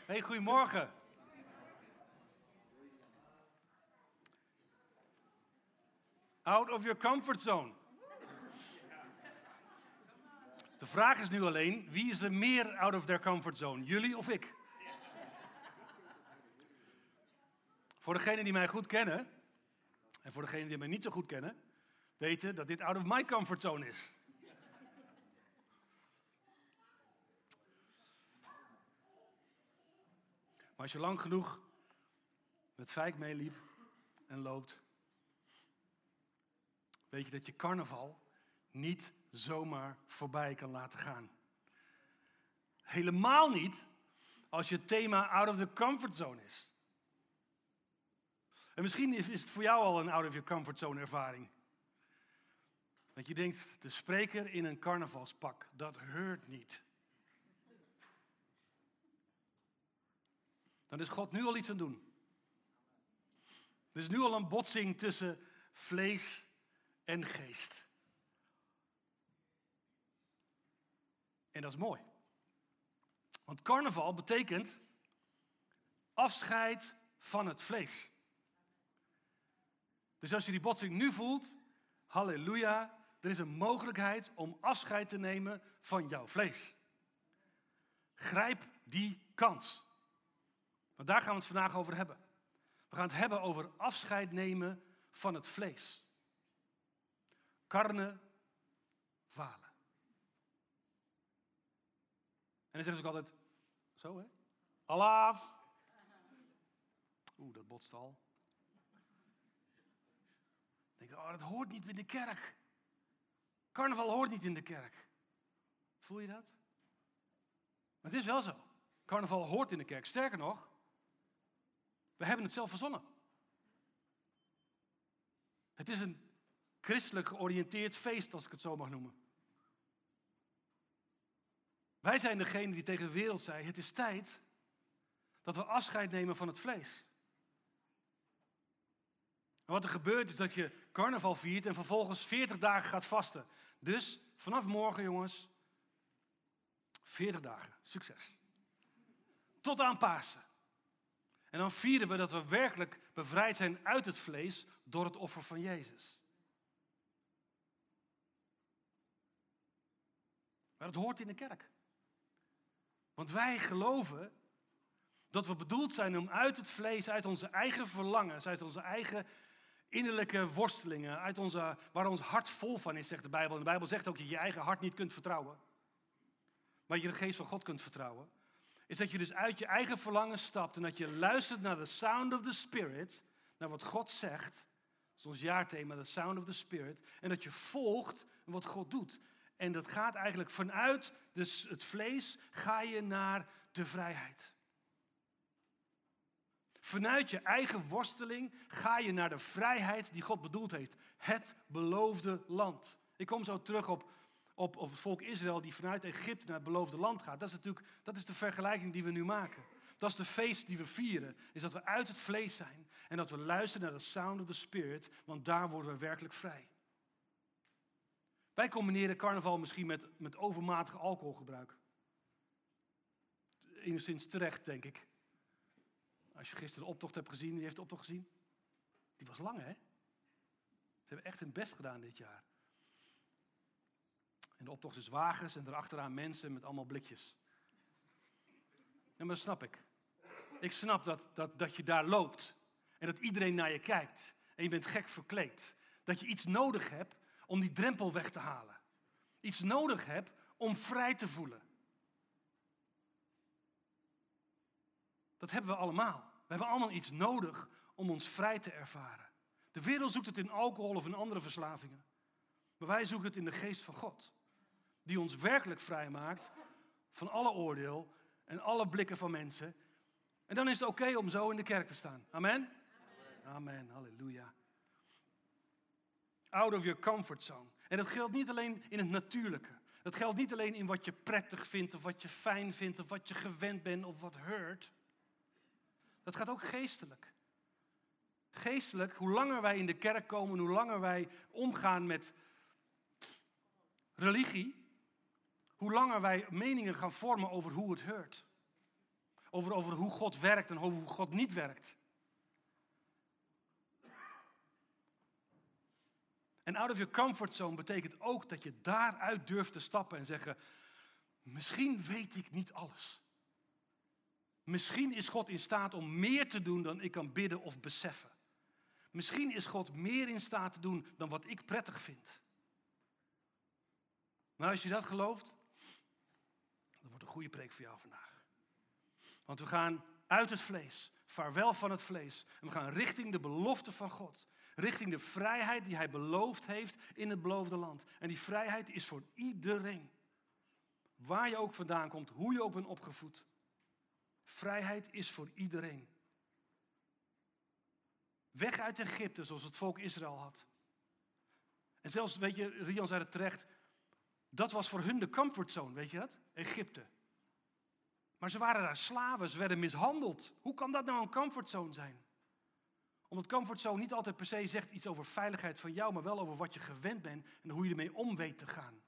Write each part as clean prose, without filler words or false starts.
Hey, goedemorgen. Out of your comfort zone. De vraag is nu alleen, wie is er meer out of their comfort zone? Jullie of ik? Voor degenen die mij goed kennen, en voor degenen die mij niet zo goed kennen, weten dat dit out of my comfort zone is. Maar als je lang genoeg met Fijk meeliep en loopt, weet je dat je carnaval niet zomaar voorbij kan laten gaan. Helemaal niet als je thema out of the comfort zone is. En misschien is het voor jou al een out of your comfort zone ervaring. Dat je denkt, de spreker in een carnavalspak, dat heurt niet. Dan is God nu al iets aan het doen. Er is nu al een botsing tussen vlees en geest. En dat is mooi. Want carnaval betekent afscheid van het vlees. Dus als je die botsing nu voelt, halleluja, er is een mogelijkheid om afscheid te nemen van jouw vlees. Grijp die kans. Want daar gaan we het vandaag over hebben. We gaan het hebben over afscheid nemen van het vlees. Carne vale. En dan zeggen ze ook altijd, zo hè, alaaf. Dat botst al. Dan denk ik, dat hoort niet in de kerk. Carnaval hoort niet in de kerk. Voel je dat? Maar het is wel zo. Carnaval hoort in de kerk. Sterker nog, we hebben het zelf verzonnen. Het is een christelijk georiënteerd feest, als ik het zo mag noemen. Wij zijn degene die tegen de wereld zei, het is tijd dat we afscheid nemen van het vlees. En wat er gebeurt is dat je carnaval viert en vervolgens 40 dagen gaat vasten. Dus vanaf morgen, jongens, 40 dagen. Succes. Tot aan Pasen. En dan vieren we dat we werkelijk bevrijd zijn uit het vlees door het offer van Jezus. Maar dat hoort in de kerk. Want wij geloven dat we bedoeld zijn om uit het vlees, uit onze eigen verlangens, uit onze eigen innerlijke worstelingen, waar ons hart vol van is, zegt de Bijbel. En de Bijbel zegt ook dat je je eigen hart niet kunt vertrouwen. Maar je de geest van God kunt vertrouwen. Is dat je dus uit je eigen verlangen stapt en dat je luistert naar the sound of the Spirit, naar wat God zegt. Dat is ons jaarthema, the sound of the Spirit. En dat je volgt wat God doet. En dat gaat eigenlijk vanuit dus het vlees, ga je naar de vrijheid. Vanuit je eigen worsteling ga je naar de vrijheid die God bedoeld heeft. Het beloofde land. Ik kom zo terug op het volk Israël die vanuit Egypte naar het beloofde land gaat. Dat is de vergelijking die we nu maken. Dat is de feest die we vieren. Is dat we uit het vlees zijn. En dat we luisteren naar de sound of the Spirit. Want daar worden we werkelijk vrij. Wij combineren carnaval misschien met overmatig alcoholgebruik. Enigszins terecht, denk ik. Als je gisteren de optocht hebt gezien, wie heeft de optocht gezien? Die was lang, hè? Ze hebben echt hun best gedaan dit jaar. En de optocht is wagens en erachteraan mensen met allemaal blikjes. En maar dat snap ik. Ik snap dat je daar loopt en dat iedereen naar je kijkt. En je bent gek verkleed. Dat je iets nodig hebt om die drempel weg te halen. Iets nodig hebt om vrij te voelen. Dat hebben we allemaal. We hebben allemaal iets nodig om ons vrij te ervaren. De wereld zoekt het in alcohol of in andere verslavingen. Maar wij zoeken het in de geest van God. Die ons werkelijk vrij maakt van alle oordeel en alle blikken van mensen. En dan is het oké om zo in de kerk te staan. Amen? Amen, halleluja. Out of your comfort zone. En dat geldt niet alleen in het natuurlijke. Dat geldt niet alleen in wat je prettig vindt of wat je fijn vindt of wat je gewend bent of wat hoort. Dat gaat ook geestelijk. Geestelijk, hoe langer wij in de kerk komen, hoe langer wij omgaan met religie, hoe langer wij meningen gaan vormen over hoe het hoort. Over hoe God werkt en over hoe God niet werkt. En out of your comfort zone betekent ook dat je daaruit durft te stappen en zeggen, misschien weet ik niet alles. Misschien is God in staat om meer te doen dan ik kan bidden of beseffen. Misschien is God meer in staat te doen dan wat ik prettig vind. Nou, als je dat gelooft, dan wordt een goede preek voor jou vandaag. Want we gaan uit het vlees, vaarwel van het vlees. En we gaan richting de belofte van God. Richting de vrijheid die hij beloofd heeft in het beloofde land. En die vrijheid is voor iedereen. Waar je ook vandaan komt, hoe je ook bent opgevoed. Vrijheid is voor iedereen. Weg uit Egypte, zoals het volk Israël had. En zelfs, weet je, Rian zei het terecht, dat was voor hun de comfortzone, weet je dat? Egypte. Maar ze waren daar slaven, ze werden mishandeld. Hoe kan dat nou een comfortzone zijn? Omdat comfortzone niet altijd per se zegt iets over veiligheid van jou, maar wel over wat je gewend bent en hoe je ermee om weet te gaan.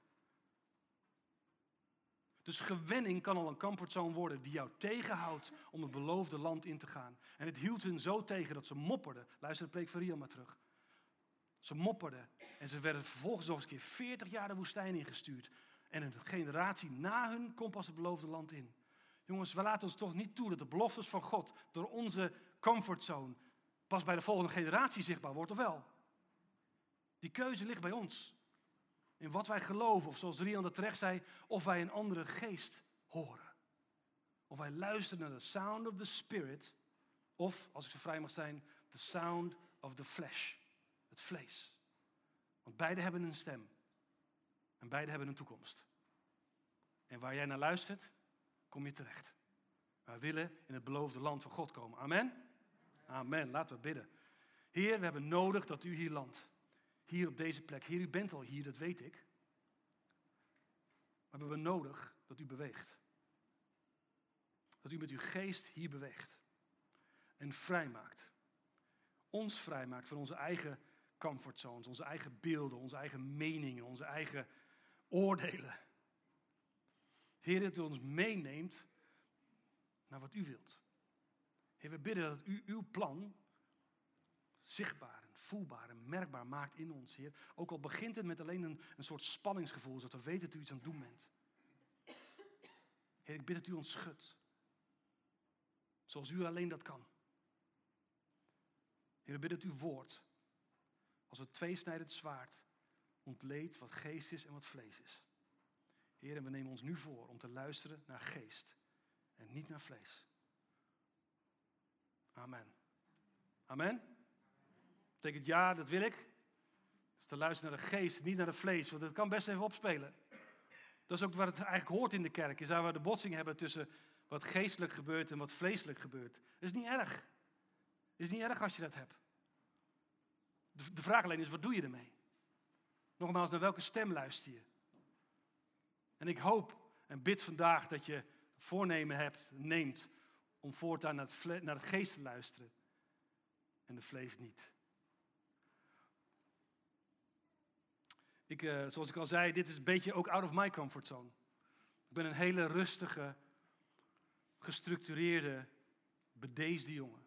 Dus gewenning kan al een comfortzone worden die jou tegenhoudt om het beloofde land in te gaan. En het hield hun zo tegen dat ze mopperden. Luister de preek van Rian maar terug. Ze mopperden en ze werden vervolgens nog eens een keer 40 jaar de woestijn ingestuurd. En een generatie na hun komt pas het beloofde land in. Jongens, we laten ons toch niet toe dat de beloftes van God door onze comfortzone pas bij de volgende generatie zichtbaar wordt, of wel? Die keuze ligt bij ons. In wat wij geloven, of zoals Rian dat terecht zei, of wij een andere geest horen. Of wij luisteren naar de sound of the spirit, of, als ik zo vrij mag zijn, the sound of the flesh. Het vlees. Want beide hebben een stem. En beide hebben een toekomst. En waar jij naar luistert, kom je terecht. Wij willen in het beloofde land van God komen. Amen? Amen. Laten we bidden. Heer, we hebben nodig dat u hier landt. Hier op deze plek. Heer, u bent al hier, dat weet ik. Maar we hebben nodig dat u beweegt. Dat u met uw geest hier beweegt. En vrijmaakt. Ons vrijmaakt van onze eigen comfortzones, onze eigen beelden, onze eigen meningen, onze eigen oordelen. Heer, dat u ons meeneemt naar wat u wilt. Heer, we bidden dat u uw plan zichtbaar en voelbaar en merkbaar maakt in ons, Heer. Ook al begint het met alleen een soort spanningsgevoel, zodat we weten dat u iets aan het doen bent. Heer, ik bid dat u ons schudt. Zoals u alleen dat kan. Heer, ik bid dat uw woord als een tweesnijdend zwaard ontleedt wat geest is en wat vlees is. Heer, en we nemen ons nu voor om te luisteren naar geest en niet naar vlees. Amen. Amen? Betekent ja, dat wil ik. Dus te luisteren naar de geest, niet naar de vlees, want dat kan best even opspelen. Dat is ook wat het eigenlijk hoort in de kerk, is waar we de botsing hebben tussen wat geestelijk gebeurt en wat vleeselijk gebeurt. Dat is niet erg. Het is niet erg als je dat hebt. De vraag alleen is, wat doe je ermee? Nogmaals, naar welke stem luister je? En ik hoop en bid vandaag dat je voornemen neemt om voortaan naar het geest te luisteren en de vlees niet. Zoals ik al zei, dit is een beetje ook out of my comfort zone. Ik ben een hele rustige, gestructureerde, bedeesde jongen.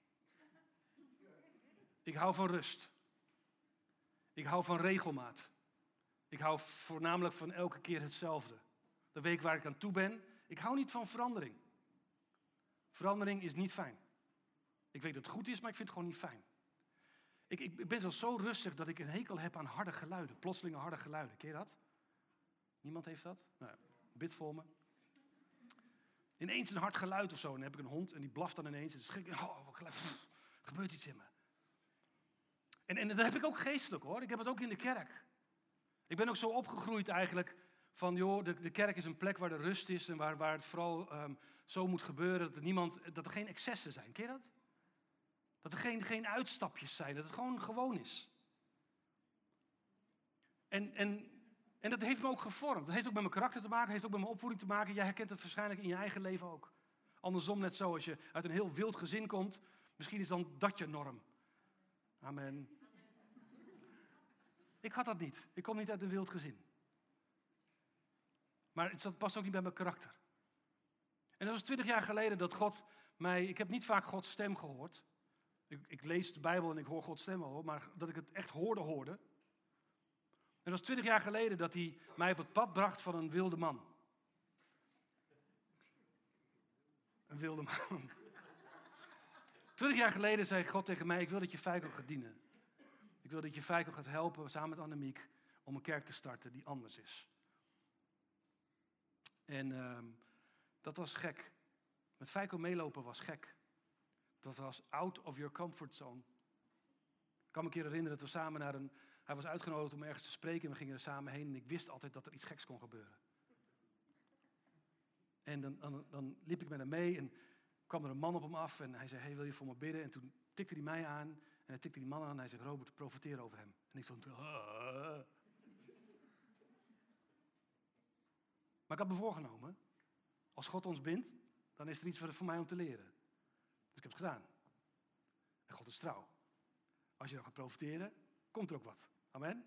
Ik hou van rust. Ik hou van regelmaat. Ik hou voornamelijk van elke keer hetzelfde. Dan weet ik waar ik aan toe ben. Ik hou niet van verandering. Verandering is niet fijn. Ik weet dat het goed is, maar ik vind het gewoon niet fijn. Ik ben zelfs zo rustig dat ik een hekel heb aan harde geluiden. Plotselinge harde geluiden. Ken je dat? Niemand heeft dat? Nou, bid voor me. Ineens een hard geluid of zo. En dan heb ik een hond en die blaft dan ineens. En dan schrik ik, wat geluid. Er gebeurt iets in me. En dat heb ik ook geestelijk hoor. Ik heb het ook in de kerk. Ik ben ook zo opgegroeid eigenlijk van, joh, de kerk is een plek waar de rust is en waar het vooral zo moet gebeuren dat er geen excessen zijn. Ken je dat? Dat er geen uitstapjes zijn, dat het gewoon is. En dat heeft me ook gevormd. Dat heeft ook met mijn karakter te maken, heeft ook met mijn opvoeding te maken. Jij herkent het waarschijnlijk in je eigen leven ook. Andersom net zo, als je uit een heel wild gezin komt, misschien is dan dat je norm. Amen. Ik had dat niet. Ik kom niet uit een wild gezin. Maar het past ook niet bij mijn karakter. En dat was 20 jaar geleden dat God mij... Ik heb niet vaak Gods stem gehoord. Ik lees de Bijbel en ik hoor Gods stem al, maar dat ik het echt hoorde. En dat was 20 jaar geleden dat hij mij op het pad bracht van een wilde man. Een wilde man. 20 jaar geleden zei God tegen mij, ik wil dat je Feiko gaat dienen. Ik wil dat je Feiko gaat helpen, samen met Annemiek, om een kerk te starten die anders is. En dat was gek. Met Feiko meelopen was gek. Dat was out of your comfort zone. Ik kan me een keer herinneren dat we samen naar een... Hij was uitgenodigd om ergens te spreken en we gingen er samen heen. En ik wist altijd dat er iets geks kon gebeuren. En dan liep ik met hem mee en kwam er een man op hem af. En hij zei, hey, wil je voor me bidden? En toen tikte hij mij aan. En hij tikte die man aan en hij zegt, Robert, profeteer over hem. En ik stond... Maar ik had me voorgenomen, als God ons bindt, dan is er iets voor mij om te leren. Dus ik heb het gedaan. En God is trouw. Als je dan gaat profiteren, komt er ook wat. Amen.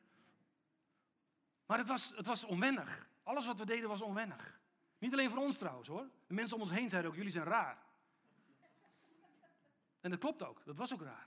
Maar het was onwennig. Alles wat we deden was onwennig. Niet alleen voor ons trouwens hoor. De mensen om ons heen zeiden ook, jullie zijn raar. En dat klopt ook. Dat was ook raar.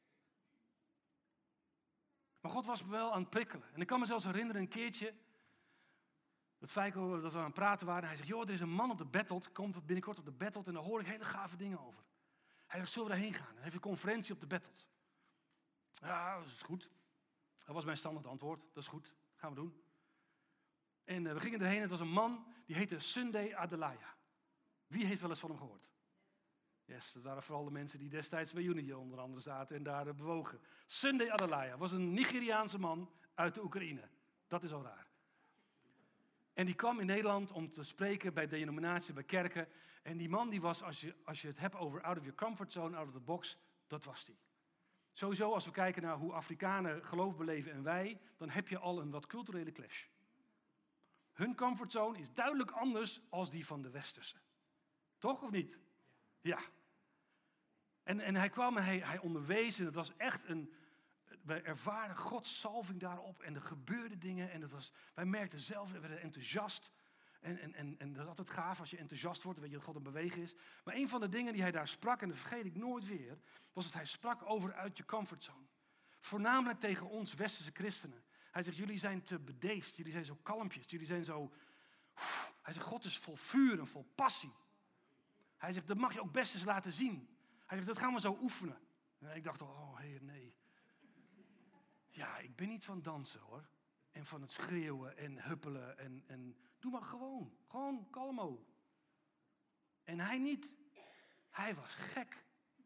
Maar God was wel aan het prikkelen. En ik kan me zelfs herinneren een keertje... Dat Feiko, dat we aan het praten waren. En hij zegt, joh, er is een man op de Battled. Komt binnenkort op de Battled. En daar hoor ik hele gave dingen over. Hij zegt, zullen we daarheen gaan? Hij heeft een conferentie op de Battled. Ja, dat is goed. Dat was mijn standaard antwoord. Dat is goed. Gaan we doen. En we gingen erheen. Het was een man, die heette Sunday Adelaja. Wie heeft wel eens van hem gehoord? Yes, dat waren vooral de mensen die destijds bij Unity onder andere zaten en daar bewogen. Sunday Adelaja was een Nigeriaanse man uit de Oekraïne. Dat is al raar. En die kwam in Nederland om te spreken bij denominatie, bij kerken. En die man die was, als je het hebt over out of your comfort zone, out of the box, dat was die. Sowieso als we kijken naar hoe Afrikanen geloof beleven en wij, dan heb je al een wat culturele clash. Hun comfortzone is duidelijk anders als die van de westerse. Toch of niet? Ja. En hij kwam en hij onderwees en het was echt wij ervaren Gods salving daarop en er gebeurden dingen. En wij merkten zelf, we werden enthousiast. En dat is altijd gaaf als je enthousiast wordt, dan weet je dat God een bewegen is. Maar een van de dingen die hij daar sprak, en dat vergeet ik nooit weer, was dat hij sprak over uit je comfortzone. Voornamelijk tegen ons westerse christenen. Hij zegt, jullie zijn te bedeesd, jullie zijn zo kalmpjes, jullie zijn zo... Hij zegt, God is vol vuur en vol passie. Hij zegt, dat mag je ook best eens laten zien. Hij zegt, dat gaan we zo oefenen. En ik dacht, oh Heer, nee. Ja, ik ben niet van dansen hoor. En van het schreeuwen en huppelen en doe maar gewoon. Gewoon kalmo. En hij niet. Hij was gek.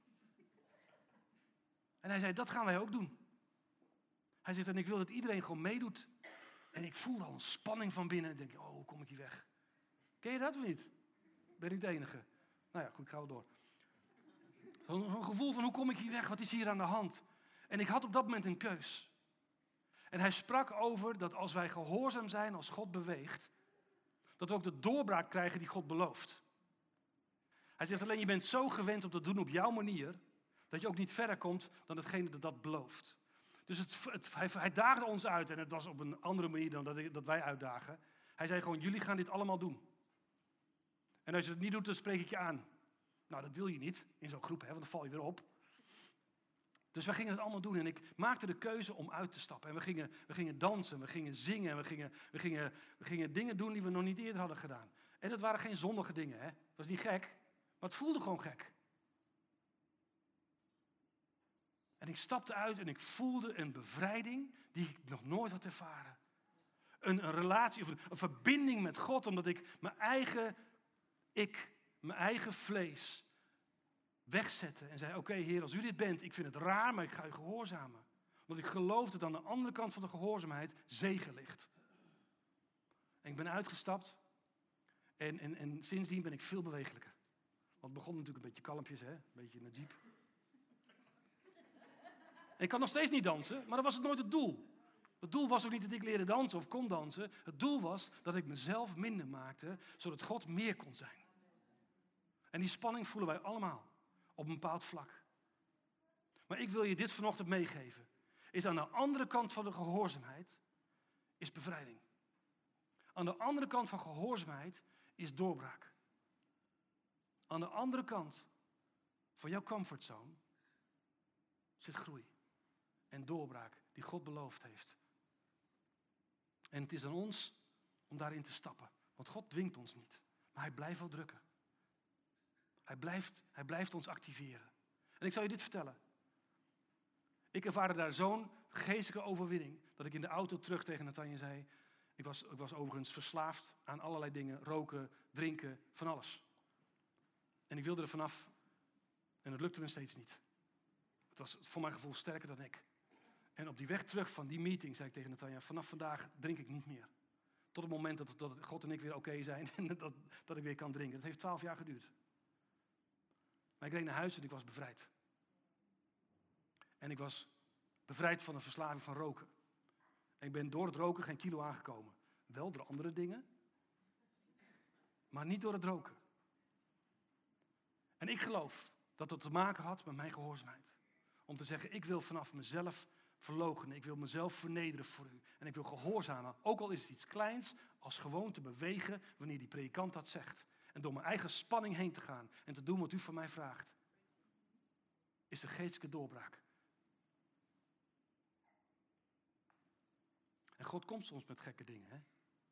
En hij zei, dat gaan wij ook doen. Hij zegt, en ik wil dat iedereen gewoon meedoet. En ik voelde al een spanning van binnen. En ik denk, oh, hoe kom ik hier weg? Ken je dat of niet? Ben ik de enige? Nou ja, goed, ik ga wel door. Zo'n gevoel van, hoe kom ik hier weg? Wat is hier aan de hand? En ik had op dat moment een keus. En hij sprak over dat als wij gehoorzaam zijn, als God beweegt, dat we ook de doorbraak krijgen die God belooft. Hij zegt alleen, je bent zo gewend om te doen op jouw manier, dat je ook niet verder komt dan hetgene dat belooft. Dus hij daagde ons uit en het was op een andere manier dan dat wij uitdagen. Hij zei gewoon, jullie gaan dit allemaal doen. En als je het niet doet, dan spreek ik je aan. Nou, dat wil je niet in zo'n groep, want dan val je weer op. Dus wij gingen het allemaal doen en ik maakte de keuze om uit te stappen. En we gingen dansen, we gingen zingen, we gingen dingen doen die we nog niet eerder hadden gedaan. En dat waren geen zondige dingen, hè. Dat was niet gek, maar het voelde gewoon gek. En ik stapte uit en ik voelde een bevrijding die ik nog nooit had ervaren. Een relatie of een verbinding met God, omdat ik mijn eigen vlees wegzette en zei, oké, Heer, als u dit bent, ik vind het raar, maar ik ga u gehoorzamen. Want ik geloof dat aan de andere kant van de gehoorzaamheid zegen ligt. En ik ben uitgestapt en sindsdien ben ik veel bewegelijker. Want het begon natuurlijk een beetje kalmpjes, hè? Een beetje in een jeep. En ik kan nog steeds niet dansen, maar dat was het nooit het doel. Het doel was ook niet dat ik leerde dansen of kon dansen. Het doel was dat ik mezelf minder maakte, zodat God meer kon zijn. En die spanning voelen wij allemaal. Op een bepaald vlak. Maar ik wil je dit vanochtend meegeven. Is aan de andere kant van de gehoorzaamheid is bevrijding. Aan de andere kant van gehoorzaamheid is doorbraak. Aan de andere kant van jouw comfortzone zit groei en doorbraak die God beloofd heeft. En het is aan ons om daarin te stappen. Want God dwingt ons niet. Maar hij blijft wel drukken. Hij blijft ons activeren. En ik zal je dit vertellen. Ik ervaarde daar zo'n geestelijke overwinning, dat ik in de auto terug tegen Nathanje zei, ik was overigens verslaafd aan allerlei dingen, roken, drinken, van alles. En ik wilde er vanaf en het lukte me steeds niet. Het was voor mijn gevoel sterker dan ik. En op die weg terug van die meeting zei ik tegen Nathanja, vanaf vandaag drink ik niet meer. Tot het moment dat God en ik weer oké zijn en dat ik weer kan drinken. Dat heeft 12 jaar geduurd. Maar ik reed naar huis en ik was bevrijd. En ik was bevrijd van een verslaving van roken. En ik ben door het roken geen kilo aangekomen. Wel door andere dingen, maar niet door het roken. En ik geloof dat het te maken had met mijn gehoorzaamheid. Om te zeggen, ik wil vanaf mezelf verloochenen. Ik wil mezelf vernederen voor u. En ik wil gehoorzamen, ook al is het iets kleins, als gewoon te bewegen wanneer die predikant dat zegt. En door mijn eigen spanning heen te gaan en te doen wat u van mij vraagt. Is de geestelijke doorbraak. En God komt soms met gekke dingen. Hè?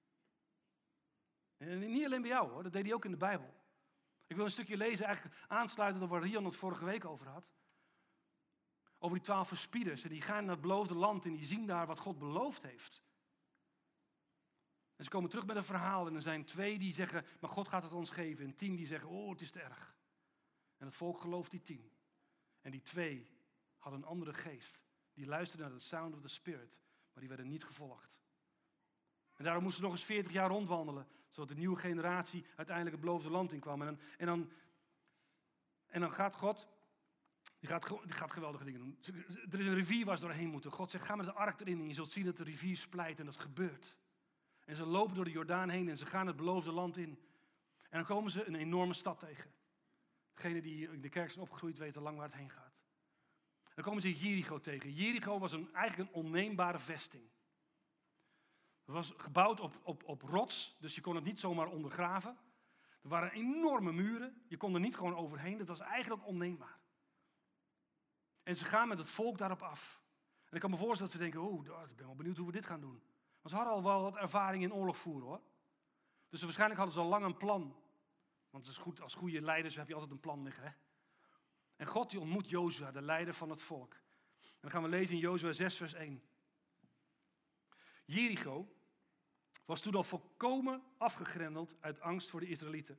En niet alleen bij jou hoor, dat deed hij ook in de Bijbel. Ik wil een stukje lezen, eigenlijk aansluitend op waar Rian het vorige week over had. Over die 12 verspieders. En die gaan naar het beloofde land en die zien daar wat God beloofd heeft. En ze komen terug met een verhaal en er zijn 2 die zeggen, maar God gaat het ons geven. En 10 die zeggen, oh het is te erg. En het volk gelooft die 10. En die 2 hadden een andere geest. Die luisterden naar de sound of the Spirit. Maar die werden niet gevolgd. En daarom moesten ze nog eens 40 jaar rondwandelen. Zodat de nieuwe generatie uiteindelijk het beloofde land in kwam. En dan gaat God, die gaat geweldige dingen doen. Er is een rivier waar ze doorheen moeten. God zegt, ga met de ark erin en je zult zien dat de rivier splijt. En dat gebeurt. En ze lopen door de Jordaan heen en ze gaan het beloofde land in. En dan komen ze een enorme stad tegen. Degenen die in de kerk zijn opgegroeid weten lang waar het heen gaat. Dan komen ze Jericho tegen. Jericho was eigenlijk een onneembare vesting. Het was gebouwd op rots, dus je kon het niet zomaar ondergraven. Er waren enorme muren, je kon er niet gewoon overheen. Dat was eigenlijk onneembaar. En ze gaan met het volk daarop af. En ik kan me voorstellen dat ze denken, ik ben wel benieuwd hoe we dit gaan doen. Want ze hadden al wel wat ervaring in oorlog voeren hoor. Dus waarschijnlijk hadden ze al lang een plan. Want het is goed, als goede leiders heb je altijd een plan liggen. Hè? En God die ontmoet Jozua, de leider van het volk. En dan gaan we lezen in Jozua 6 vers 1. Jericho was toen al volkomen afgegrendeld uit angst voor de Israëlieten.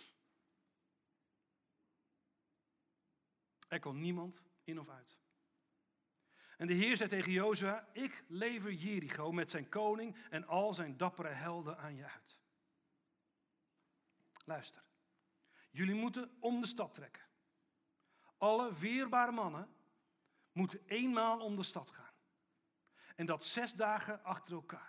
Er kon niemand in of uit. En de Heer zei tegen Jozua, ik lever Jericho met zijn koning en al zijn dappere helden aan je uit. Luister, jullie moeten om de stad trekken. Alle weerbare mannen moeten eenmaal om de stad gaan. En dat 6 dagen achter elkaar.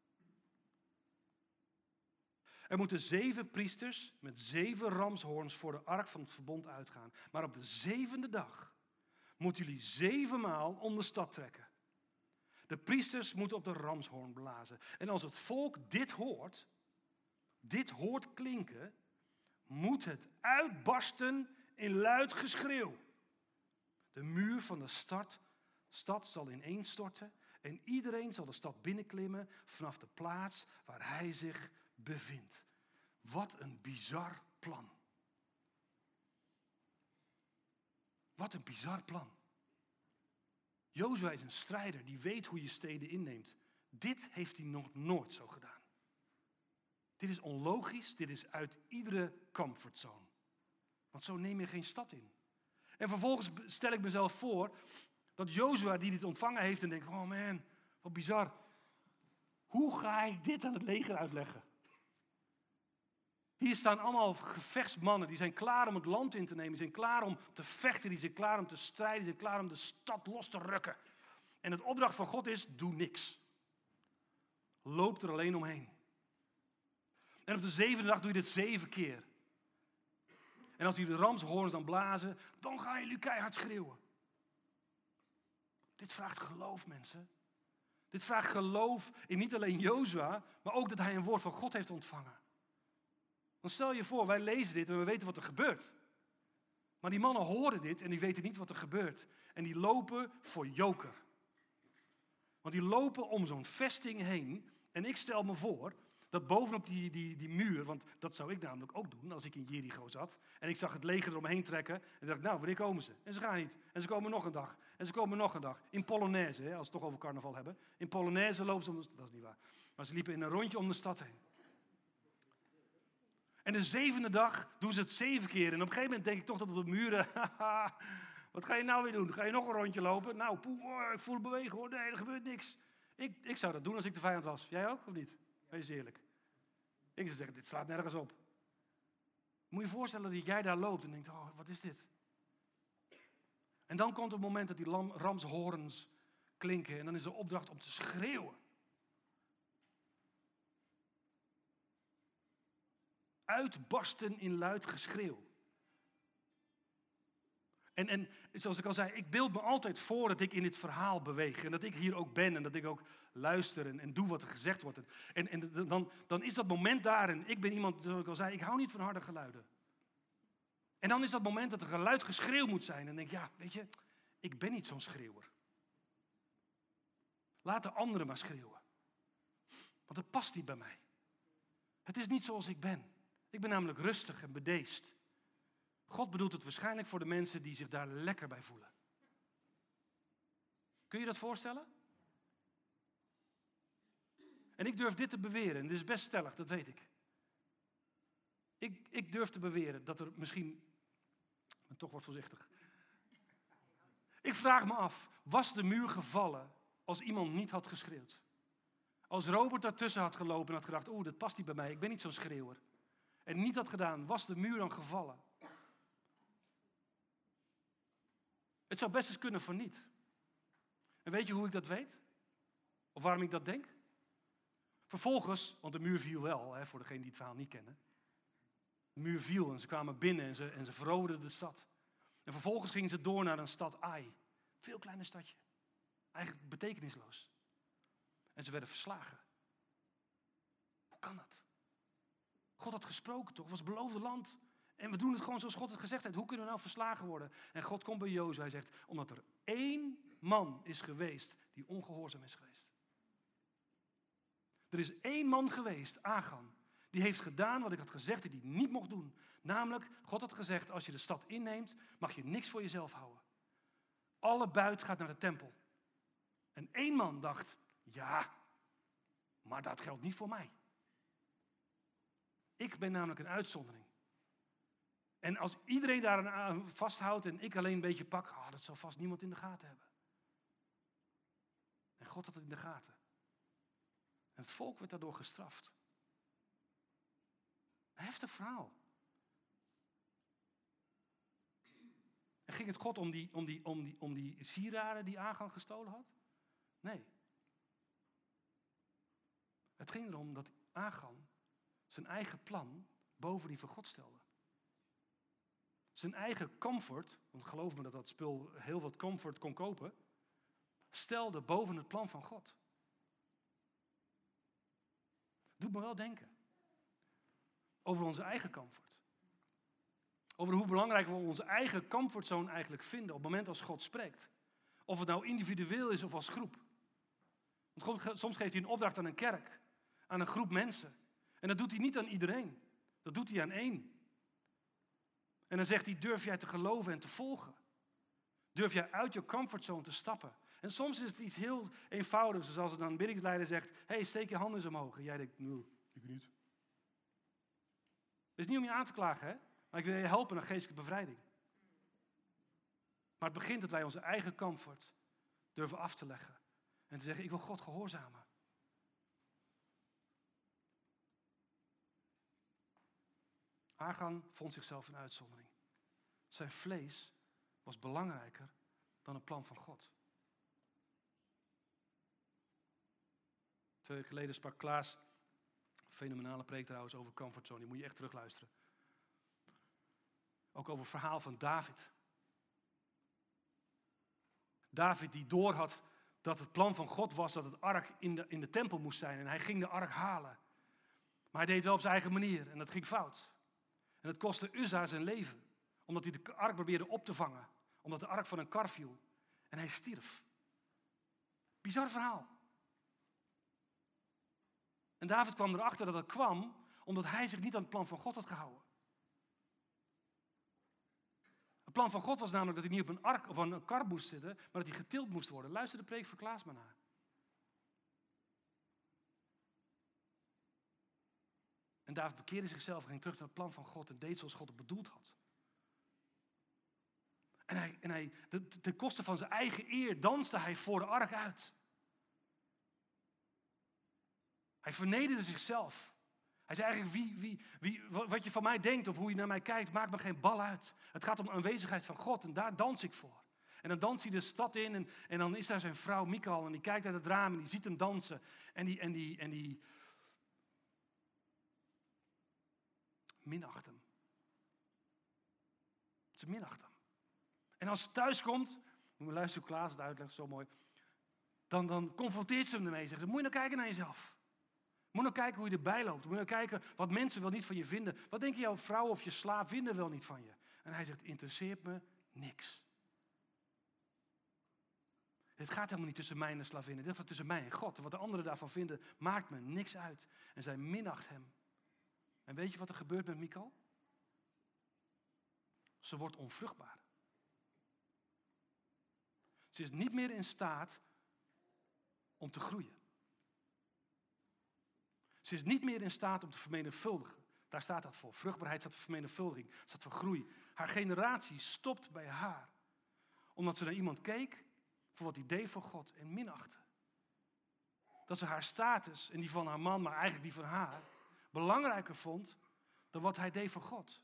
Er moeten 7 priesters met 7 ramshoorns voor de ark van het verbond uitgaan. Maar op de 7e dag moeten jullie 7 maal om de stad trekken. De priesters moeten op de ramshoorn blazen. En als het volk dit hoort klinken, moet het uitbarsten in luid geschreeuw. De muur van de stad zal ineenstorten en iedereen zal de stad binnenklimmen vanaf de plaats waar hij zich bevindt. Wat een bizar plan. Wat een bizar plan. Jozua is een strijder die weet hoe je steden inneemt. Dit heeft hij nog nooit zo gedaan. Dit is onlogisch, dit is uit iedere comfortzone. Want zo neem je geen stad in. En vervolgens stel ik mezelf voor dat Jozua die dit ontvangen heeft en denkt, oh man, wat bizar. Hoe ga ik dit aan het leger uitleggen? Hier staan allemaal gevechtsmannen, die zijn klaar om het land in te nemen. Die zijn klaar om te vechten, die zijn klaar om te strijden, die zijn klaar om de stad los te rukken. En het opdracht van God is, doe niks. Loop er alleen omheen. En op de 7e dag doe je dit 7 keer. En als die de ramshoorns dan blazen, dan gaan jullie keihard schreeuwen. Dit vraagt geloof, mensen. Dit vraagt geloof in niet alleen Jozua, maar ook dat hij een woord van God heeft ontvangen. Dan stel je voor, wij lezen dit en we weten wat er gebeurt. Maar die mannen horen dit en die weten niet wat er gebeurt. En die lopen voor joker. Want die lopen om zo'n vesting heen. En ik stel me voor dat bovenop die muur, want dat zou ik namelijk ook doen als ik in Jericho zat. En ik zag het leger eromheen trekken. En dacht ik, nou, wanneer komen ze? En ze gaan niet. En ze komen nog een dag. En ze komen nog een dag. In Polonaise, hè, als we het toch over carnaval hebben. In Polonaise lopen ze om de stad. Dat is niet waar. Maar ze liepen in een rondje om de stad heen. En de 7e dag doen ze het 7 keer. En op een gegeven moment denk ik toch dat op de muren... Wat ga je nou weer doen? Ga je nog een rondje lopen? Nou, ik voel het bewegen hoor. Nee, er gebeurt niks. Ik zou dat doen als ik de vijand was. Jij ook, of niet? Wees eerlijk. Ik zou zeggen, dit slaat nergens op. Moet je je voorstellen dat jij daar loopt en denkt, oh, wat is dit? En dan komt het moment dat die ramshoorns klinken. En dan is de opdracht om te schreeuwen. Uitbarsten in luid geschreeuw. En zoals ik al zei, ik beeld me altijd voor dat ik in dit verhaal beweeg. En dat ik hier ook ben en dat ik ook luister en doe wat er gezegd wordt. En dan is dat moment daar en ik ben iemand, zoals ik al zei, ik hou niet van harde geluiden. En dan is dat moment dat er een luid geschreeuw moet zijn. En dan denk ik, ja, weet je, ik ben niet zo'n schreeuwer. Laat de anderen maar schreeuwen. Want het past niet bij mij. Het is niet zoals ik ben. Ik ben namelijk rustig en bedeesd. God bedoelt het waarschijnlijk voor de mensen die zich daar lekker bij voelen. Kun je dat voorstellen? En ik durf dit te beweren. En dit is best stellig, dat weet ik. Ik durf te beweren dat er misschien... Ik ben toch wat voorzichtig. Ik vraag me af, was de muur gevallen als iemand niet had geschreeuwd? Als Robert daartussen had gelopen en had gedacht, oeh, dat past niet bij mij, ik ben niet zo'n schreeuwer. En niet had gedaan, was de muur dan gevallen? Het zou best eens kunnen voor niet. En weet je hoe ik dat weet? Of waarom ik dat denk? Vervolgens, want de muur viel wel, hè, voor degenen die het verhaal niet kennen. De muur viel en ze kwamen binnen en ze veroverden de stad. En vervolgens gingen ze door naar een stad Ai. Veel kleiner stadje. Eigenlijk betekenisloos. En ze werden verslagen. Hoe kan dat? God had gesproken toch? Het was het beloofde land. En we doen het gewoon zoals God het gezegd heeft. Hoe kunnen we nou verslagen worden? En God komt bij Jozua. Hij zegt, omdat er 1 man is geweest die ongehoorzaam is geweest. Er is 1 man geweest, Achan. Die heeft gedaan wat ik had gezegd dat hij niet mocht doen. Namelijk, God had gezegd, als je de stad inneemt, mag je niks voor jezelf houden. Alle buit gaat naar de tempel. En 1 man dacht, ja, maar dat geldt niet voor mij. Ik ben namelijk een uitzondering. En als iedereen daar aan vasthoudt en ik alleen een beetje pak, dat zal vast niemand in de gaten hebben. En God had het in de gaten. En het volk werd daardoor gestraft. Een heftig verhaal. En ging het God om die sieraden die Achan gestolen had? Nee. Het ging erom dat Achan zijn eigen plan boven die van God stelde. Zijn eigen comfort, want geloof me dat dat spul heel wat comfort kon kopen, stelde boven het plan van God. Doet me wel denken. Over onze eigen comfort. Over hoe belangrijk we onze eigen comfortzone eigenlijk vinden op het moment als God spreekt. Of het nou individueel is of als groep. Want God, soms geeft hij een opdracht aan een kerk, aan een groep mensen. En dat doet hij niet aan iedereen. Dat doet hij aan 1. En dan zegt hij, durf jij te geloven en te volgen? Durf jij uit je comfortzone te stappen? En soms is het iets heel eenvoudigs, zoals het dan een biddingsleider zegt, hey, steek je handen eens omhoog. En jij denkt, nee, ik niet. Het is niet om je aan te klagen, hè? Maar ik wil je helpen naar geestelijke bevrijding. Maar het begint dat wij onze eigen comfort durven af te leggen. En te zeggen, ik wil God gehoorzamen. Achan vond zichzelf een uitzondering. Zijn vlees was belangrijker dan het plan van God. 2 weken geleden sprak Klaas, fenomenale preek trouwens, over comfortzone. Die moet je echt terugluisteren. Ook over het verhaal van David. David die doorhad dat het plan van God was dat het ark in de tempel moest zijn. En hij ging de ark halen. Maar hij deed het wel op zijn eigen manier en dat ging fout. En het kostte Uzza zijn leven. Omdat hij de ark probeerde op te vangen. Omdat de ark van een kar viel. En hij stierf. Bizar verhaal. En David kwam erachter dat het kwam omdat hij zich niet aan het plan van God had gehouden. Het plan van God was namelijk dat hij niet op een ark of een kar moest zitten, maar dat hij getild moest worden. Luister de preek van Klaas maar naar. En David bekeerde zichzelf en ging terug naar het plan van God en deed zoals God het bedoeld had. En hij ten koste van zijn eigen eer danste hij voor de ark uit. Hij vernederde zichzelf. Hij zei eigenlijk, wat je van mij denkt of hoe je naar mij kijkt, maakt me geen bal uit. Het gaat om de aanwezigheid van God en daar dans ik voor. En dan danst hij de stad in en dan is daar zijn vrouw Michal en die kijkt uit het raam en die ziet hem dansen. En die minacht hem. Ze minacht hem. En als ze thuis komt, moet je luisteren hoe Klaas het uitlegt, zo mooi. Dan confronteert ze hem ermee. Zegt, moet je nou kijken naar jezelf. Moet nou kijken hoe je erbij loopt. Moet nou kijken wat mensen wel niet van je vinden. Wat denk je jouw vrouw of je slaaf vinden wel niet van je? En hij zegt, interesseert me niks. Het gaat helemaal niet tussen mij en de slavinnen. Dit gaat tussen mij en God. En wat de anderen daarvan vinden, maakt me niks uit. En zij minacht hem. En weet je wat er gebeurt met Michal? Ze wordt onvruchtbaar. Ze is niet meer in staat om te groeien. Ze is niet meer in staat om te vermenigvuldigen. Daar staat dat voor. Vruchtbaarheid staat voor vermenigvuldiging. Staat voor groei. Haar generatie stopt bij haar. Omdat ze naar iemand keek voor wat hij deed voor God en minachtte. Dat ze haar status en die van haar man, maar eigenlijk die van haar, belangrijker vond dan wat hij deed voor God.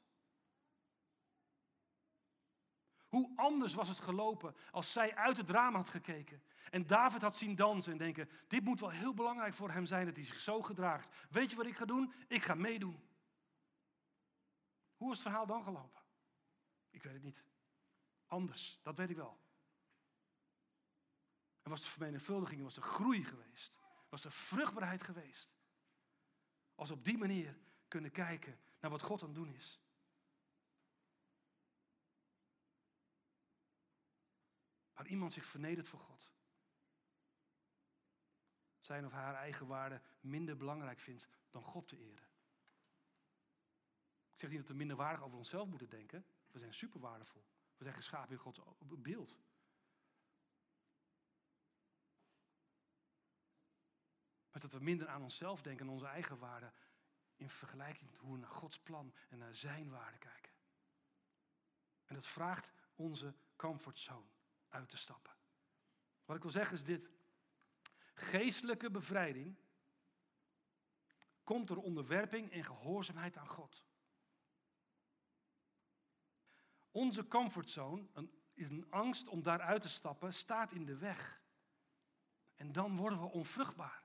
Hoe anders was het gelopen als zij uit het raam had gekeken en David had zien dansen en denken, dit moet wel heel belangrijk voor hem zijn dat hij zich zo gedraagt. Weet je wat ik ga doen? Ik ga meedoen. Hoe is het verhaal dan gelopen? Ik weet het niet. Anders, dat weet ik wel. En was de vermenigvuldiging, was de groei geweest. Was de vruchtbaarheid geweest. Als we op die manier kunnen kijken naar wat God aan het doen is. Waar iemand zich vernedert voor God. Zijn of haar eigen waarde minder belangrijk vindt dan God te eren. Ik zeg niet dat we minderwaardig over onszelf moeten denken. We zijn super waardevol. We zijn geschapen in Gods beeld. Maar dat we minder aan onszelf denken en onze eigen waarde in vergelijking met hoe we naar Gods plan en naar zijn waarde kijken. En dat vraagt onze comfortzone uit te stappen. Wat ik wil zeggen is dit. Geestelijke bevrijding komt door onderwerping en gehoorzaamheid aan God. Onze comfortzone is een angst om daaruit te stappen, staat in de weg. En dan worden we onvruchtbaar.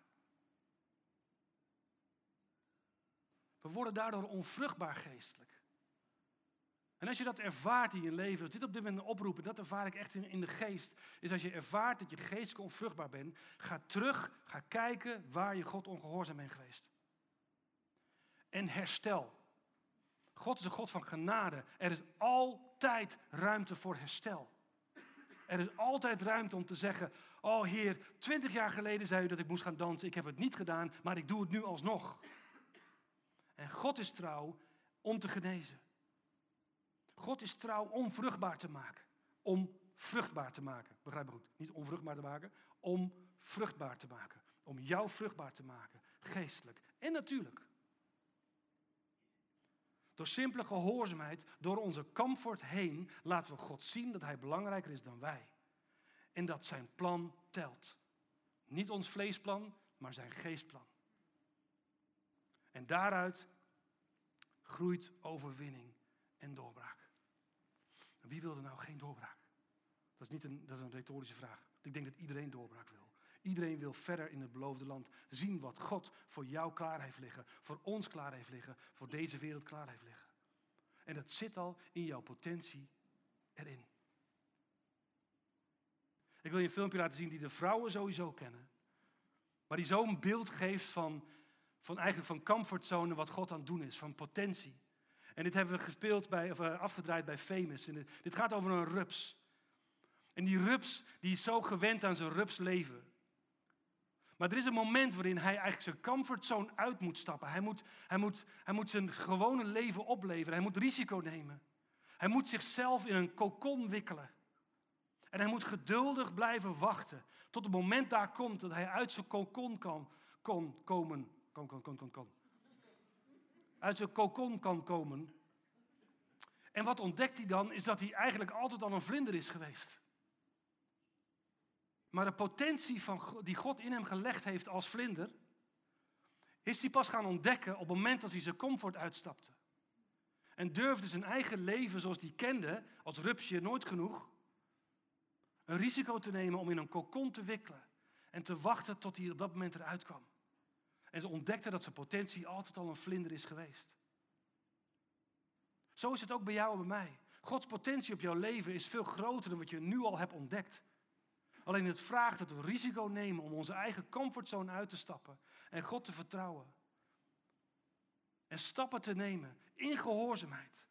We worden daardoor onvruchtbaar geestelijk. En als je dat ervaart in je leven, dat dit op dit moment een oproep, en dat ervaar ik echt in de geest, is als je ervaart dat je geestelijk onvruchtbaar bent, ga terug, ga kijken waar je God ongehoorzaam bent geweest. En herstel. God is een God van genade. Er is altijd ruimte voor herstel. Er is altijd ruimte om te zeggen, oh Heer, 20 jaar geleden zei u dat ik moest gaan dansen, ik heb het niet gedaan, maar ik doe het nu alsnog. En God is trouw om te genezen. God is trouw om vruchtbaar te maken. Om vruchtbaar te maken. Begrijp me goed. Niet onvruchtbaar te maken. Om vruchtbaar te maken. Om jou vruchtbaar te maken. Geestelijk en natuurlijk. Door simpele gehoorzaamheid, door onze comfort heen, laten we God zien dat Hij belangrijker is dan wij. En dat zijn plan telt. Niet ons vleesplan, maar zijn geestplan. En daaruit groeit overwinning en doorbraak. En wie wil er nou geen doorbraak? Dat is een retorische vraag. Ik denk dat iedereen doorbraak wil. Iedereen wil verder in het beloofde land zien wat God voor jou klaar heeft liggen. Voor ons klaar heeft liggen. Voor deze wereld klaar heeft liggen. En dat zit al in jouw potentie erin. Ik wil je een filmpje laten zien die de vrouwen sowieso kennen. Maar die zo'n beeld geeft van comfortzone wat God aan het doen is. Van potentie. En dit hebben we gespeeld afgedraaid bij Famous. En dit gaat over een rups. En die rups die is zo gewend aan zijn rupsleven. Maar er is een moment waarin hij eigenlijk zijn comfortzone uit moet stappen. Hij moet zijn gewone leven opleveren. Hij moet risico nemen. Hij moet zichzelf in een kokon wikkelen. En hij moet geduldig blijven wachten. Tot het moment daar komt dat hij uit zijn kokon kan komen. Uit zijn kokon kan komen. En wat ontdekt hij dan? Is dat hij eigenlijk altijd al een vlinder is geweest. Maar de potentie die God in hem gelegd heeft als vlinder, is hij pas gaan ontdekken op het moment dat hij zijn comfort uitstapte. En durfde zijn eigen leven zoals hij kende, als rupsje nooit genoeg, een risico te nemen om in een kokon te wikkelen. En te wachten tot hij op dat moment eruit kwam. En ze ontdekte dat zijn potentie altijd al een vlinder is geweest. Zo is het ook bij jou en bij mij. Gods potentie op jouw leven is veel groter dan wat je nu al hebt ontdekt. Alleen het vraagt dat we risico nemen om onze eigen comfortzone uit te stappen. En God te vertrouwen. En stappen te nemen in gehoorzaamheid.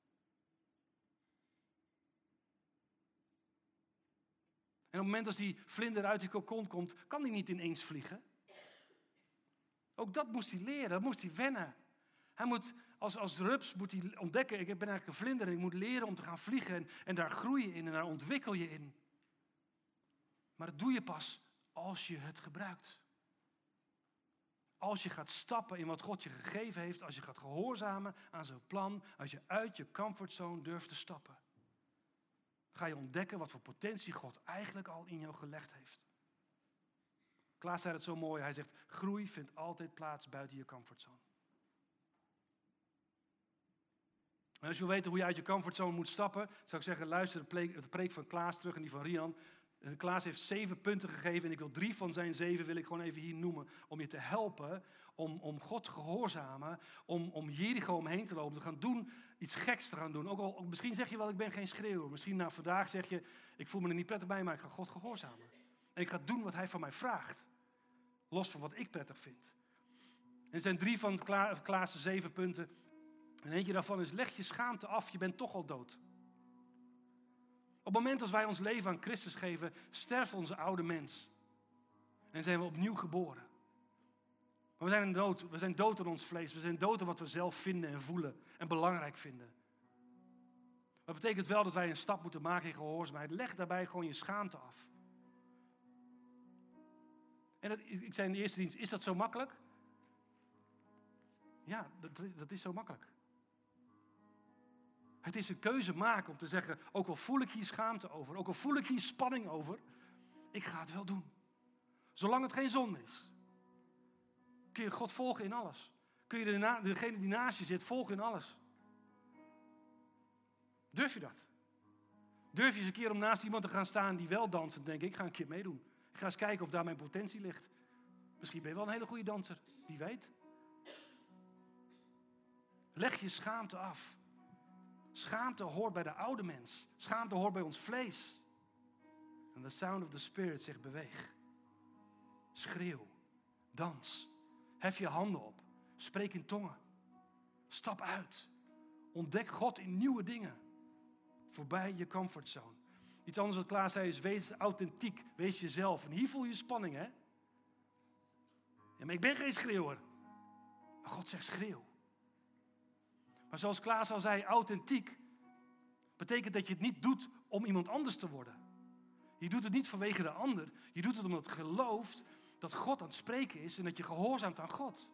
En op het moment als die vlinder uit die kokon komt, kan die niet ineens vliegen. Ook dat moest hij leren, dat moest hij wennen. Hij moet, als rups moet hij ontdekken, ik ben eigenlijk een vlinder en ik moet leren om te gaan vliegen. En daar groei je in en daar ontwikkel je in. Maar dat doe je pas als je het gebruikt. Als je gaat stappen in wat God je gegeven heeft, als je gaat gehoorzamen aan zijn plan, als je uit je comfortzone durft te stappen. Ga je ontdekken wat voor potentie God eigenlijk al in jou gelegd heeft. Klaas zei het zo mooi, hij zegt, groei vindt altijd plaats buiten je comfortzone. En als je wil weten hoe je uit je comfortzone moet stappen, zou ik zeggen, luister de preek van Klaas terug en die van Rian. Klaas heeft 7 punten gegeven en ik wil 3 van zijn 7 wil ik gewoon even hier noemen. Om je te helpen, om God te gehoorzamen, om Jericho omheen te lopen, te gaan doen, iets geks te gaan doen. Ook al, misschien zeg je wel, ik ben geen schreeuwer. Misschien vandaag zeg je, ik voel me er niet prettig bij, maar ik ga God gehoorzamen. En ik ga doen wat hij van mij vraagt. Los van wat ik prettig vind. En er zijn 3 van Klaas' 7 punten. En eentje daarvan is, leg je schaamte af, je bent toch al dood. Op het moment als wij ons leven aan Christus geven, sterft onze oude mens. En zijn we opnieuw geboren. Maar we zijn dood aan ons vlees. We zijn dood aan wat we zelf vinden en voelen en belangrijk vinden. Dat betekent wel dat wij een stap moeten maken in gehoorzaamheid. Leg daarbij gewoon je schaamte af. En ik zei in de eerste dienst, is dat zo makkelijk? Ja, dat is zo makkelijk. Het is een keuze maken om te zeggen, ook al voel ik hier schaamte over, ook al voel ik hier spanning over, ik ga het wel doen. Zolang het geen zonde is. Kun je God volgen in alles. Kun je degene die naast je zit volgen in alles. Durf je dat? Durf je eens een keer om naast iemand te gaan staan die wel danst en denkt, ik ga een keer meedoen. Ik ga eens kijken of daar mijn potentie ligt. Misschien ben je wel een hele goede danser, wie weet. Leg je schaamte af. Schaamte hoort bij de oude mens. Schaamte hoort bij ons vlees. En the sound of the spirit zegt beweeg. Schreeuw. Dans. Hef je handen op. Spreek in tongen. Stap uit. Ontdek God in nieuwe dingen. Voorbij je comfortzone. Iets anders wat Klaas zei is, wees authentiek. Wees jezelf. En hier voel je spanning, hè? Ja, maar ik ben geen schreeuwer. Maar God zegt schreeuw. Maar zoals Klaas al zei, authentiek betekent dat je het niet doet om iemand anders te worden. Je doet het niet vanwege de ander. Je doet het omdat je gelooft dat God aan het spreken is en dat je gehoorzaamt aan God.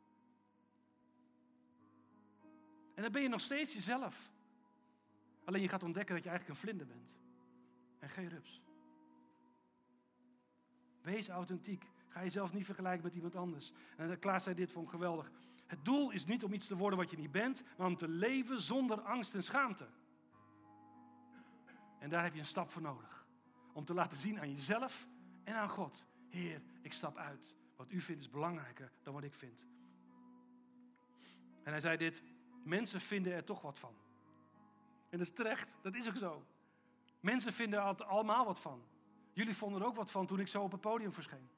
En dan ben je nog steeds jezelf. Alleen je gaat ontdekken dat je eigenlijk een vlinder bent. En geen rups. Wees authentiek. Ga jezelf niet vergelijken met iemand anders. En Klaas zei dit, vond ik geweldig. Het doel is niet om iets te worden wat je niet bent, maar om te leven zonder angst en schaamte. En daar heb je een stap voor nodig. Om te laten zien aan jezelf en aan God. Heer, ik stap uit. Wat u vindt is belangrijker dan wat ik vind. En hij zei dit, mensen vinden er toch wat van. En dat is terecht, dat is ook zo. Mensen vinden er allemaal wat van. Jullie vonden er ook wat van toen ik zo op het podium verscheen.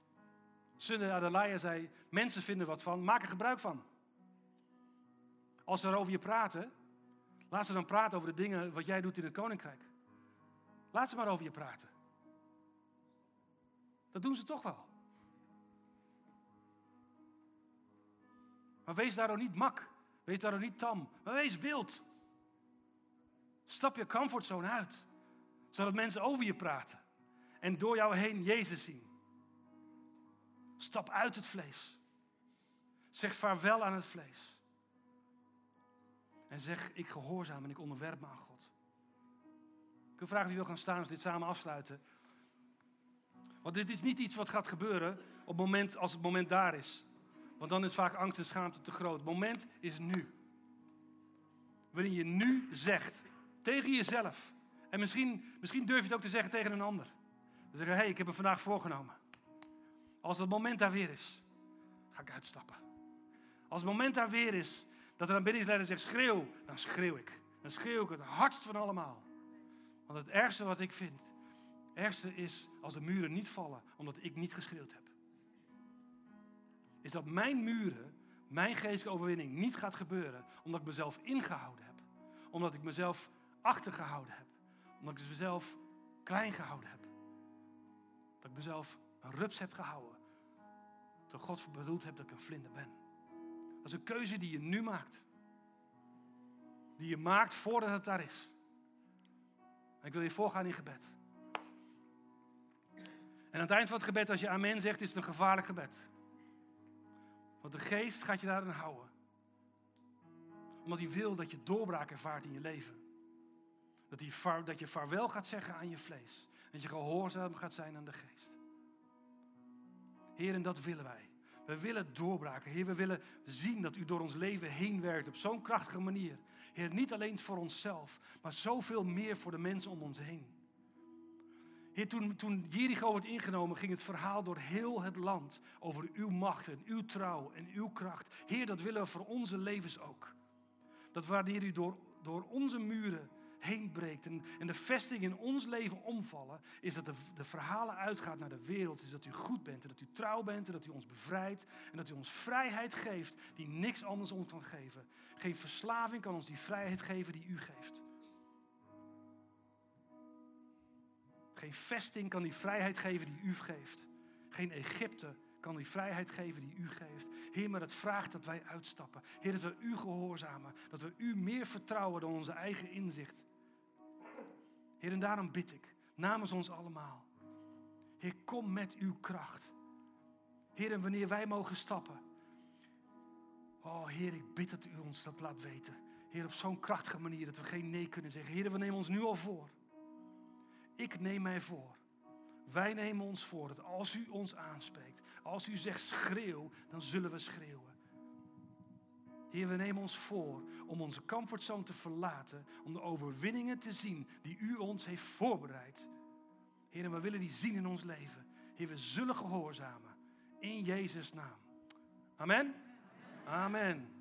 Sunday Adalaya zei, mensen vinden er wat van, maak er gebruik van. Als ze over je praten, laat ze dan praten over de dingen wat jij doet in het koninkrijk. Laat ze maar over je praten. Dat doen ze toch wel. Maar wees daardoor niet mak. Wees daardoor niet tam. Maar wees wild. Stap je comfortzone uit. Zodat mensen over je praten. En door jou heen Jezus zien. Stap uit het vlees. Zeg vaarwel aan het vlees. En zeg, ik gehoorzaam en ik onderwerp me aan God. Ik wil vragen wie wil gaan staan als we dit samen afsluiten. Want dit is niet iets wat gaat gebeuren op het moment, als het moment daar is. Want dan is vaak angst en schaamte te groot. Het moment is nu. Waarin je nu zegt, tegen jezelf. En misschien durf je het ook te zeggen tegen een ander. Dan zeggen, hey, ik heb me vandaag voorgenomen. Als het moment daar weer is, ga ik uitstappen. Als het moment daar weer is, dat er een bindingsleider zegt, schreeuw, dan schreeuw ik. Dan schreeuw ik het hardst van allemaal. Want het ergste wat ik vind, het ergste is als de muren niet vallen, omdat ik niet geschreeuwd heb. Is dat mijn muren, mijn geestelijke overwinning niet gaat gebeuren, omdat ik mezelf ingehouden heb. Omdat ik mezelf achtergehouden heb. Omdat ik mezelf klein gehouden heb. Dat ik mezelf een rups heb gehouden. Dat God bedoeld heeft dat ik een vlinder ben. Dat is een keuze die je nu maakt. Die je maakt voordat het daar is. En ik wil je voorgaan in gebed. En aan het eind van het gebed, als je amen zegt, is het een gevaarlijk gebed. Want de geest gaat je daarin houden. Omdat hij wil dat je doorbraak ervaart in je leven. Dat je vaarwel gaat zeggen aan je vlees. Dat je gehoorzaam gaat zijn aan de geest. Heer, en dat willen wij. We willen doorbraken. Heer, we willen zien dat u door ons leven heen werkt op zo'n krachtige manier. Heer, niet alleen voor onszelf, maar zoveel meer voor de mensen om ons heen. Heer, toen Jericho werd ingenomen, ging het verhaal door heel het land over uw macht en uw trouw en uw kracht. Heer, dat willen we voor onze levens ook. Dat wanneer u door onze muren heen breekt en de vesting in ons leven omvallen, is dat de verhalen uitgaan naar de wereld. Is dat u goed bent en dat u trouw bent en dat u ons bevrijdt en dat u ons vrijheid geeft die niks anders ons kan geven. Geen verslaving kan ons die vrijheid geven die u geeft. Geen vesting kan die vrijheid geven die u geeft. Geen Egypte kan die vrijheid geven die u geeft. Heer, maar dat vraagt dat wij uitstappen. Heer, dat we u gehoorzamen. Dat we u meer vertrouwen dan onze eigen inzicht. Heer, en daarom bid ik, namens ons allemaal. Heer, kom met uw kracht. Heer, en wanneer wij mogen stappen. Oh, Heer, ik bid dat u ons dat laat weten. Heer, op zo'n krachtige manier dat we geen nee kunnen zeggen. Heer, we nemen ons nu al voor. Ik neem mij voor. Wij nemen ons voor dat als u ons aanspreekt, als u zegt schreeuw, dan zullen we schreeuwen. Heer, we nemen ons voor om onze comfortzone te verlaten, om de overwinningen te zien die u ons heeft voorbereid. Heer, en we willen die zien in ons leven. Heer, we zullen gehoorzamen in Jezus' naam. Amen. Amen.